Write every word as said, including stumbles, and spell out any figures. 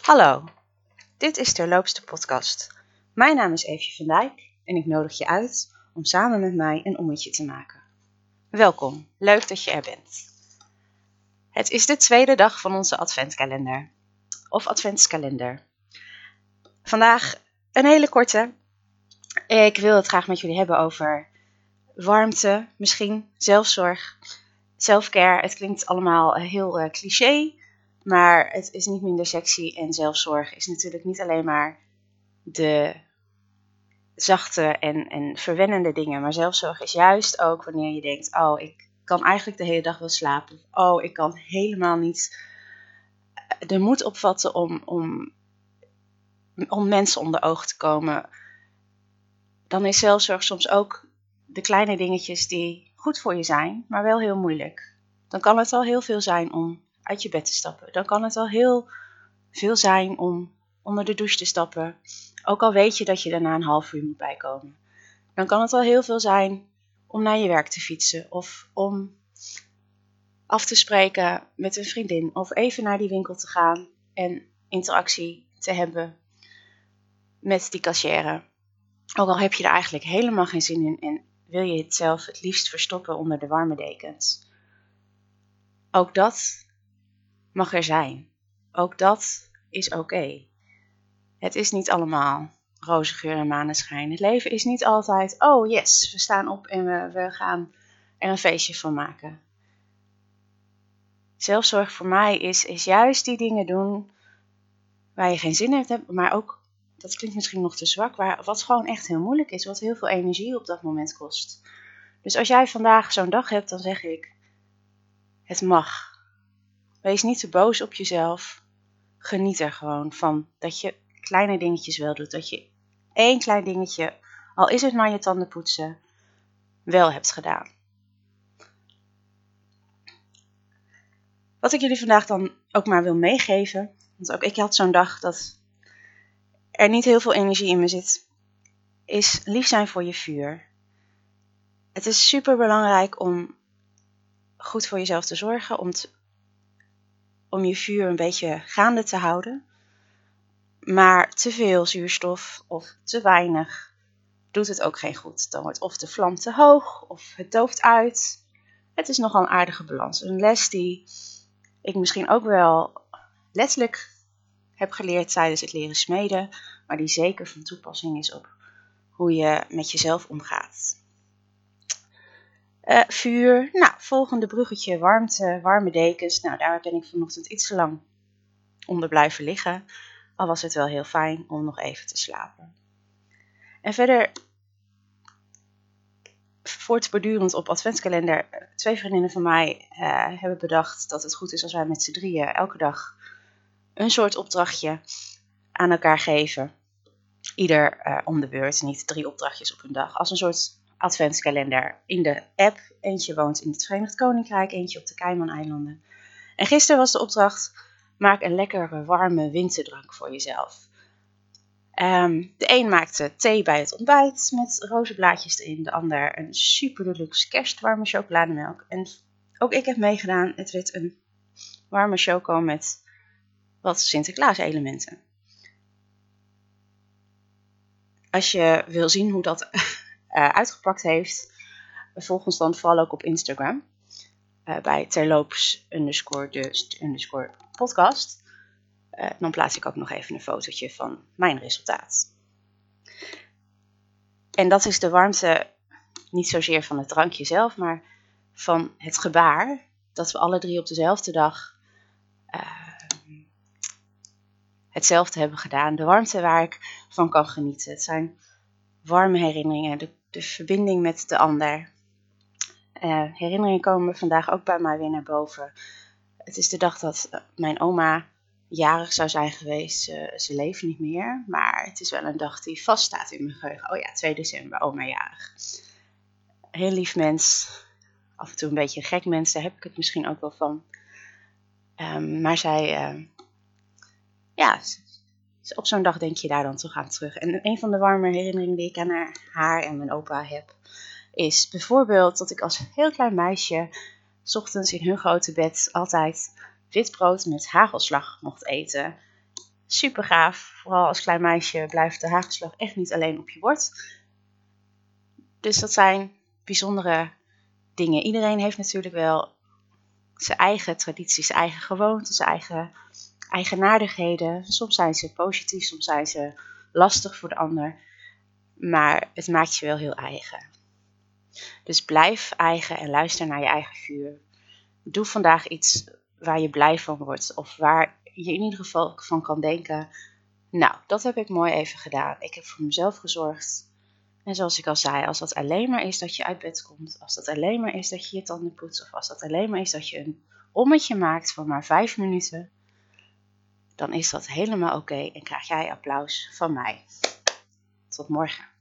Hallo, dit is Terloops de podcast. Mijn naam is Eefje van Dijk en ik nodig je uit om samen met mij een ommetje te maken. Welkom, leuk dat je er bent. Het is de tweede dag van onze adventkalender, of adventskalender. Vandaag een hele korte. Ik wil het graag met jullie hebben over warmte, misschien zelfzorg, selfcare. Het klinkt allemaal heel uh, cliché. Maar het is niet minder sexy en zelfzorg is natuurlijk niet alleen maar de zachte en, en verwennende dingen. Maar zelfzorg is juist ook wanneer je denkt, oh, ik kan eigenlijk de hele dag wel slapen. Oh, ik kan helemaal niet de moed opvatten om, om, om mensen onder ogen te komen. Dan is zelfzorg soms ook de kleine dingetjes die goed voor je zijn, maar wel heel moeilijk. Dan kan het al heel veel zijn om uit je bed te stappen. Dan kan het al heel veel zijn om onder de douche te stappen. Ook al weet je dat je daarna een half uur moet bijkomen. Dan kan het al heel veel zijn om naar je werk te fietsen. Of om af te spreken met een vriendin. Of even naar die winkel te gaan en interactie te hebben met die kassière. Ook al heb je er eigenlijk helemaal geen zin in en wil je het zelf het liefst verstoppen onder de warme dekens. Ook dat mag er zijn. Ook dat is oké. Okay. Het is niet allemaal roze geur en maneschijn. Het leven is niet altijd, oh yes, we staan op en we, we gaan er een feestje van maken. Zelfzorg voor mij is, is juist die dingen doen waar je geen zin in hebt, maar ook, dat klinkt misschien nog te zwak, waar, wat gewoon echt heel moeilijk is, wat heel veel energie op dat moment kost. Dus als jij vandaag zo'n dag hebt, dan zeg ik, het mag. Wees niet te boos op jezelf. Geniet er gewoon van dat je kleine dingetjes wel doet. Dat je één klein dingetje, al is het maar je tanden poetsen, wel hebt gedaan. Wat ik jullie vandaag dan ook maar wil meegeven. Want ook ik had zo'n dag dat er niet heel veel energie in me zit. Is lief zijn voor je vuur. Het is super belangrijk om goed voor jezelf te zorgen. Om, te, om je vuur een beetje gaande te houden. Maar te veel zuurstof of te weinig doet het ook geen goed. Dan wordt of de vlam te hoog of het dooft uit. Het is nogal een aardige balans. Een les die ik misschien ook wel letterlijk heb geleerd tijdens het leren smeden. Maar die zeker van toepassing is op hoe je met jezelf omgaat. Uh, vuur, nou, volgende bruggetje, warmte, warme dekens. Nou, daar ben ik vanochtend iets te lang onder blijven liggen. Al was het wel heel fijn om nog even te slapen. En verder, voortbordurend op adventskalender, twee vriendinnen van mij uh, hebben bedacht dat het goed is als wij met z'n drieën elke dag een soort opdrachtje aan elkaar geven. Ieder uh, om de beurt, niet drie opdrachtjes op een dag. Als een soort adventskalender in de app. Eentje woont in het Verenigd Koninkrijk, eentje op de Cayman-eilanden. En gisteren was de opdracht, maak een lekkere warme winterdrank voor jezelf. Um, de een maakte thee bij het ontbijt met rozenblaadjes erin. De ander een super deluxe kerstwarme chocolademelk. En ook ik heb meegedaan. Het werd een warme choco met wat Sinterklaas elementen. Als je wil zien hoe dat uh, uitgepakt heeft, volg ons dan vooral ook op Instagram. Uh, bij terloops underscore de underscore podcast. Uh, dan plaats ik ook nog even een fotootje van mijn resultaat. En dat is de warmte niet zozeer van het drankje zelf, maar van het gebaar dat we alle drie op dezelfde dag uh, hetzelfde hebben gedaan. De warmte waar ik van kan genieten. Het zijn warme herinneringen, de, de verbinding met de ander. Uh, herinneringen komen vandaag ook bij mij weer naar boven. Het is de dag dat uh, mijn oma jarig zou zijn geweest. Uh, ze leeft niet meer, maar het is wel een dag die vaststaat in mijn geheugen. Oh ja, twee december, oma jarig. Heel lief mens. Af en toe een beetje een gek mens, daar heb ik het misschien ook wel van. Um, maar zij, uh, ja, op zo'n dag denk je daar dan toch aan terug. En een van de warme herinneringen die ik aan haar, haar en mijn opa heb, is bijvoorbeeld dat ik als heel klein meisje 's ochtends in hun grote bed altijd wit brood met hagelslag mocht eten. Super gaaf. Vooral als klein meisje blijft de hagelslag echt niet alleen op je bord. Dus dat zijn bijzondere dingen. Iedereen heeft natuurlijk wel zijn eigen tradities, zijn eigen gewoonten, zijn eigen eigenaardigheden. Soms zijn ze positief, soms zijn ze lastig voor de ander. Maar het maakt je wel heel eigen. Dus blijf eigen en luister naar je eigen vuur. Doe vandaag iets waar je blij van wordt. Of waar je in ieder geval van kan denken, nou, dat heb ik mooi even gedaan. Ik heb voor mezelf gezorgd. En zoals ik al zei, als dat alleen maar is dat je uit bed komt. Als dat alleen maar is dat je je tanden poetst. Of als dat alleen maar is dat je een ommetje maakt voor maar vijf minuten. Dan is dat helemaal oké en krijg jij applaus van mij. Tot morgen.